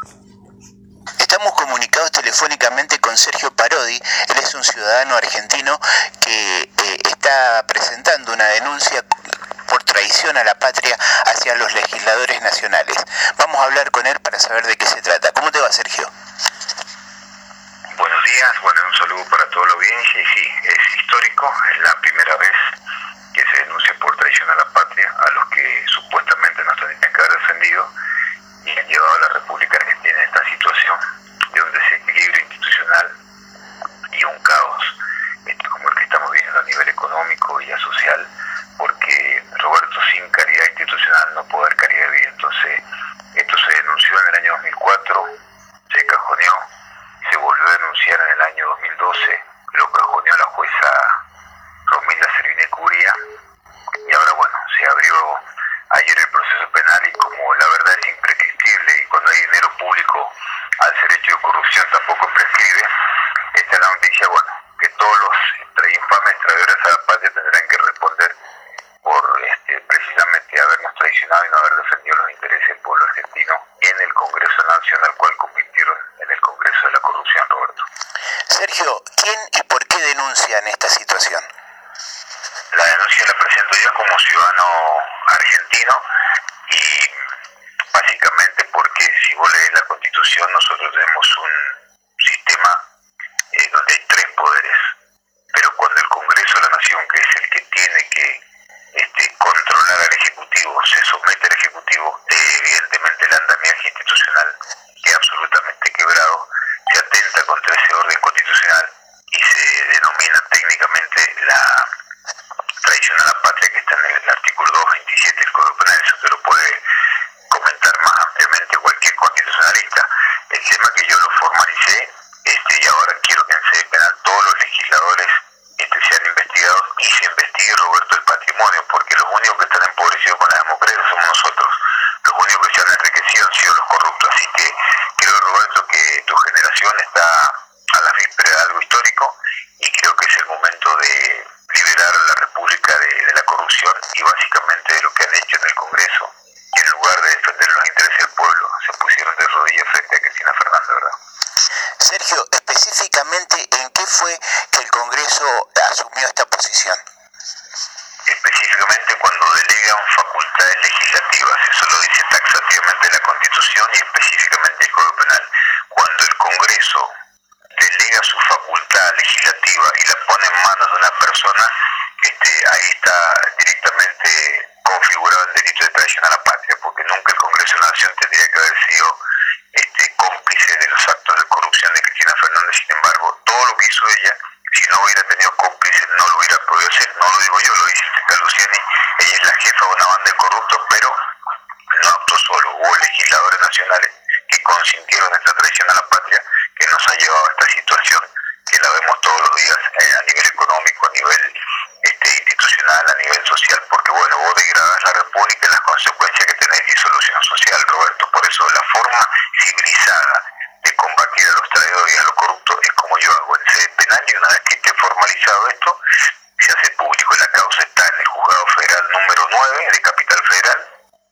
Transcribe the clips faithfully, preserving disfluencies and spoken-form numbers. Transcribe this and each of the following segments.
Estamos comunicados telefónicamente con Sergio Parodi. Él es un ciudadano argentino que eh, está presentando una denuncia por traición a la patria hacia los legisladores nacionales. Vamos a hablar con él para saber de qué se trata. ¿Cómo te va, Sergio? Buenos días, bueno, un saludo para toda la audiencia. Y sí, es histórico, es la primera vez que se denuncia por traición a la patria a los que supuestamente nos tendrían que haber defendido y han llevado a la República Argentina en esta situación de un desequilibrio institucional y un caos este, como el que estamos viendo a nivel económico y social, porque Roberto, sin caridad institucional no puede haber calidad de vida. Entonces, esto se denunció en el año dos mil cuatro, se cajoneó, se volvió a denunciar en el año dos mil doce, lo cajoneó la jueza Romilda Servine Curia, y ahora, bueno, se abrió ayer el proceso penal y como la verdad es imprescriptible y cuando hay dinero público al ser hecho de corrupción tampoco prescribe, esta es la noticia, bueno, que todos los infames traidores a la patria tendrán que responder por este, precisamente habernos traicionado y no haber defendido los intereses del pueblo argentino en el Congreso Nacional, al cual convirtieron en el Congreso de la Corrupción, Roberto. Sergio, ¿quién y por qué denuncian esta situación? La denuncia la presento yo como ciudadano argentino y básicamente porque si vos lees la Constitución nosotros tenemos un sistema eh, donde hay tres poderes, pero cuando el Congreso de la Nación, que es el que tiene que este, controlar al Ejecutivo, se somete al Ejecutivo, eh, evidentemente el andamiaje institucional queda absolutamente quebrado, se atenta contra ese orden constitucional y se denomina técnicamente la traición a la patria, que está en el artículo doscientos veintisiete del Código Penal. Eso te lo puede comentar más ampliamente cualquier constitucionalista. El tema que yo lo formalicé este, y ahora quiero que en sede penal todos los legisladores este, sean investigados y se investigue, Roberto, el patrimonio, porque los únicos que están empobrecidos con la democracia somos nosotros, los únicos que se han enriquecido han sido los corruptos. Así que creo, Roberto, que tu generación está a la víspera de algo histórico y creo que es el momento de liberar a la República de, de la corrupción y básicamente de lo que han hecho en el Congreso, y en lugar de defender los intereses del pueblo se pusieron de rodillas frente a Cristina Fernández, ¿verdad? Sergio, específicamente, ¿en qué fue que el Congreso asumió esta posición? Específicamente cuando delegan facultades legislativas, eso lo dice taxativamente la Constitución y específicamente el Código Penal. Cuando el Congreso delega su facultad legislativa y la pone en manos de una persona, este, ahí está directamente configurado el delito de traición a la patria, porque nunca el Congreso de la Nación tendría que haber sido este, cómplice de los actos de corrupción de Cristina Fernández. Sin embargo, todo lo que hizo ella, si no hubiera tenido cómplices, no lo hubiera podido hacer. No lo digo yo, lo dice el fiscal Luciani. Ella es la jefa de una banda de corruptos, pero no actuó solo. Hubo legisladores nacionales que consintieron esta traición a la patria, que nos ha llevado a esta situación que la vemos todos los días eh, a nivel económico, a nivel este, institucional, a nivel social, porque bueno, vos degradás la República y las consecuencias que tenés disolución social, Roberto. Por eso la forma civilizada de combatir a los traidores y a los corruptos es como yo hago en sede penal, y una vez que esté formalizado esto, se hace público. La causa está en el Juzgado Federal número nueve de Capital Federal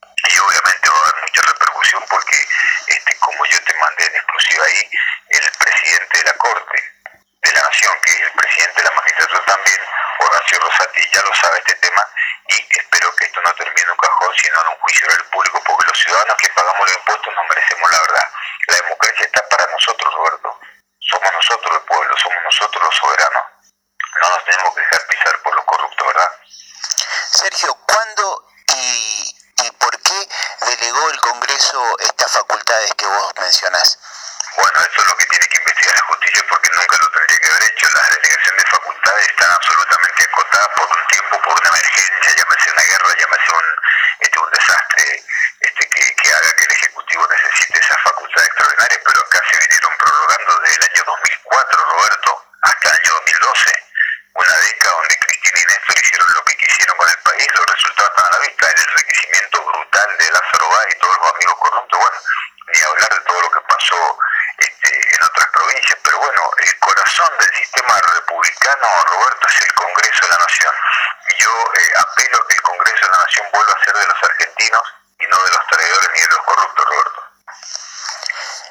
y obviamente va a haber mucha repercusión porque, este, como yo te mandé en exclusiva ahí, el presidente de la Corte de la Nación, que es el presidente de la magistratura también, Horacio Rosati, ya lo sabe este tema, y espero que esto no termine en un cajón, sino en un juicio oral público, porque los ciudadanos que pagamos los impuestos nos merecemos la verdad. La democracia está para nosotros, Roberto. Somos nosotros el pueblo, somos nosotros los soberanos. No nos tenemos que dejar pisar por los corruptos, ¿verdad? Sergio, ¿cuándo y, y por qué delegó el Congreso estas facultades que vos mencionás? Bueno, eso es lo que tiene que investigar la justicia, porque nunca lo tendría que haber hecho. Las delegaciones de facultades están absolutamente acotadas por un tiempo, por una emergencia, llámese una guerra, llámese un, este, un desastre este, que, que haga que el Ejecutivo necesite esas facultades extraordinarias, pero acá se vinieron prorrogando desde el año dos mil cuatro, Roberto, hasta el año dos mil doce. Una década donde Cristina y Néstor hicieron lo que quisieron con el país, los resultados están a la vista, el enriquecimiento brutal de Lázaro Báez y todos los amigos corruptos. Bueno, ni hablar de todo lo que pasó este, en otras provincias, pero bueno, el corazón del sistema republicano, Roberto, es el Congreso de la Nación. Y yo eh, apelo a que el Congreso de la Nación vuelva a ser de los argentinos y no de los traidores ni de los corruptos, Roberto.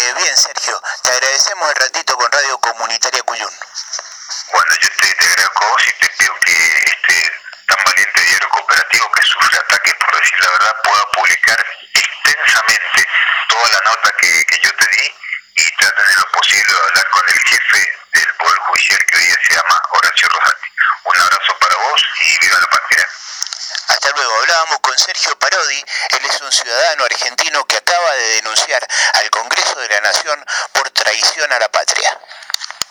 Eh, bien, Sergio, te agradecemos el ratito con Radio Comunitaria Cuyún. Bueno, yo te, te agradezco a vos y te pido que este tan valiente diario cooperativo que sufre ataques, por decir la verdad, pueda publicar extensamente toda la nota que, que yo te di y traten de lo posible de hablar con el jefe del Poder Judicial, que hoy día se llama Horacio Rosati. Un abrazo para vos y viva la patria. Hasta luego. Hablábamos con Sergio Parodi. Él es un ciudadano argentino que acaba de denunciar al Congreso de la Nación por traición a la patria.